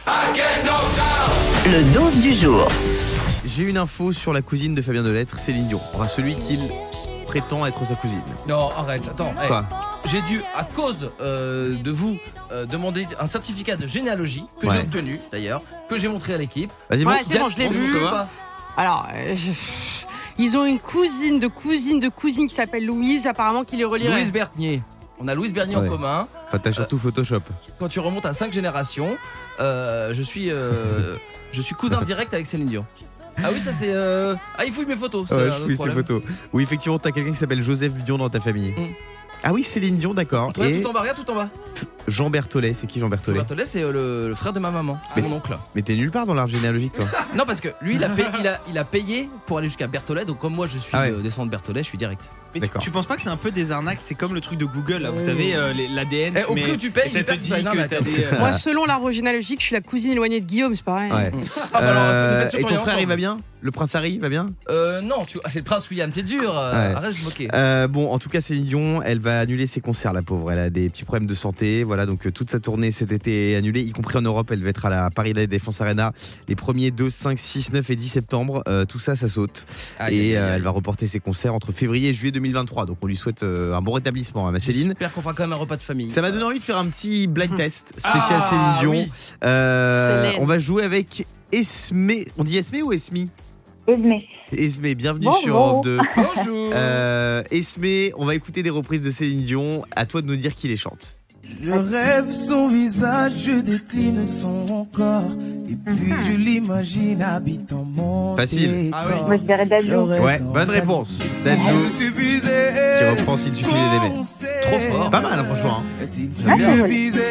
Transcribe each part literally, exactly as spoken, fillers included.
Le dose du jour. J'ai une info sur la cousine de Fabien Delettre, Céline Dion. Enfin, celui qu'il prétend être sa cousine. Non, arrête, attends. Quoi ? Hey, j'ai dû, à cause euh, de vous, euh, demander un certificat de généalogie que Ouais. j'ai obtenu d'ailleurs, que j'ai montré à l'équipe. Vas-y, Ouais, montre. c'est bon, je l'ai Montre vu. comment. Alors, euh, je- ils ont une cousine de cousine de cousine qui s'appelle Louise, apparemment qui les relierait. Louise Bernier. On a Louise Bernier Ouais. en commun. Enfin, t'as surtout Photoshop. Quand tu remontes à cinq générations, euh, je suis euh, je suis cousin direct avec Céline Dion. Ah oui, ça c'est... Euh... Ah, il fouille mes photos. c'est Ouais, un je autre fouille ces problème. photos. Oui, effectivement, t'as quelqu'un qui s'appelle Joseph Dion dans ta famille. Mm. Ah oui, Céline Dion, d'accord. Regarde Et tout en bas, regarde tout en bas. Jean Berthollet, c'est qui Jean Berthollet? Berthollet, c'est euh, le, le frère de ma maman, c'est Mais- mon oncle. Mais t'es nulle part dans l'arbre généalogique, toi. Non, parce que lui, il a, payé, il a, il a payé pour aller jusqu'à Berthollet, donc comme moi je suis Ah ouais. euh, descendant de Berthollet, je suis direct. Mais tu, D'accord. tu penses pas que c'est un peu des arnaques? C'est comme le truc de Google, là, vous savez, euh, les- l'A D N. Eh, au mais- prix où tu payes, et ça il te perd, dit c'est pas énorme, que là, t'as quand des. euh, Moi, selon l'arbre généalogique, je suis la cousine éloignée de Guillaume, c'est pareil. Ouais. Ah bah alors, Euh, faites sûr et qu'on ton est frère, ensemble. il va bien? Le prince Harry, il va bien? Euh, non, tu... ah, c'est le prince William, c'est dur. euh, Ouais. Arrête de se moquer. Euh, bon, en tout cas, Céline Dion, elle va annuler ses concerts, la pauvre. Elle a des petits problèmes de santé. Voilà, donc euh, toute sa tournée cet été est annulée, y compris en Europe. Elle va être à la Paris La Défense Arena les premiers deux, cinq, six, neuf et dix septembre. Euh, tout ça, ça saute. Aïe, et aïe, aïe, euh, aïe. elle va reporter ses concerts entre février et juillet deux mille vingt-trois. Donc on lui souhaite euh, un bon rétablissement à ma Céline. J'espère qu'on fera quand même un repas de famille. Ça m'a donné envie de faire un petit blind test spécial Ah, Céline Dion. oui. Euh, Célène. on va jouer avec Esme. On dit Esme ou Esmi? Esme. Esme, bienvenue Bonjour. sur Europe deux. Bonjour. Euh, Esme, on va écouter des reprises de Céline Dion. À toi de nous dire qui les chante. Je rêve son visage, je décline son corps. Et puis je l'imagine habitant mon Facile. Ah oui. Moi, je dirais Dadjo. Ouais, bonne réponse. Dadju, qui reprend S'il suffisait d'aimer. Trop fort. Pas mal, hein, franchement. hein. Ah, bien.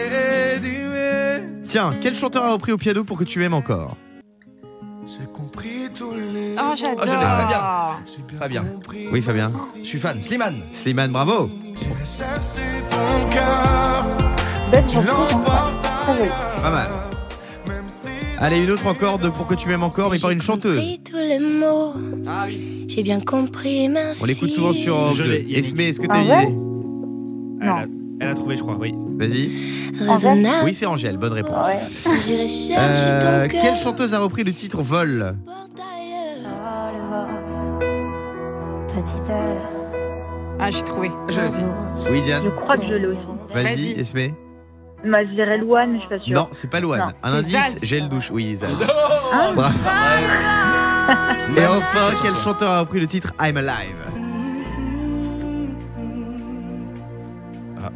Tiens, quel chanteur a repris au piano pour que tu m'aimes encore? J'ai compris tous les. Oh, j'adore. Oh, je l'ai, Fabien. J'ai bien Fabien. compris. Oui, Fabien. Je suis fan. Slimane. Slimane, bravo. J'irai chercher ton cœur. Dadjo, Tu franchement, l'emportes très joli. Pas mal. même si. Allez, une autre encore de Pour que tu m'aimes encore, mais par une chanteuse. J'ai compris tous les mots. Ah oui. J'ai bien compris, merci. On l'écoute souvent sur Europe Je deux. l'ai, Yannick. Esme, est-ce que Ah t'as une ouais idée? Elle a, elle a trouvé, je crois, oui. Vas-y. Raisonnable. Oui, c'est Angèle, bonne réponse. Ouais. J'irai chercher Euh, ton cœur. quelle chanteuse a repris le titre Vol? Ah, j'ai trouvé. Je l'ai aussi. Oui, Diane. Je crois que je l'ai aussi. Vas-y, Vas-y. Esme. Moi, je dirais Louane, je suis pas sûre. Non, c'est pas Louane. Non, Un c'est indice, Zaz. gel douche. Oui, Zaz. Oh, Bravo. arrête. Et enfin, quel chanteur a repris le titre I'm Alive? Ah.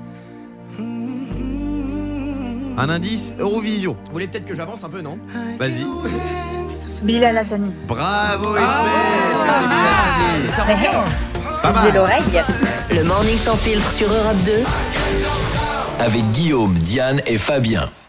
Un indice, Eurovision. Vous voulez peut-être que j'avance un peu, non? Vas-y. Bilal Hassani. Bravo, Esme. Ah, C'était bien, Ça revient. Pas J'ai mal. l'oreille. Le Morning Sans Filtre sur Europe deux. Avec Guillaume, Diane et Fabien.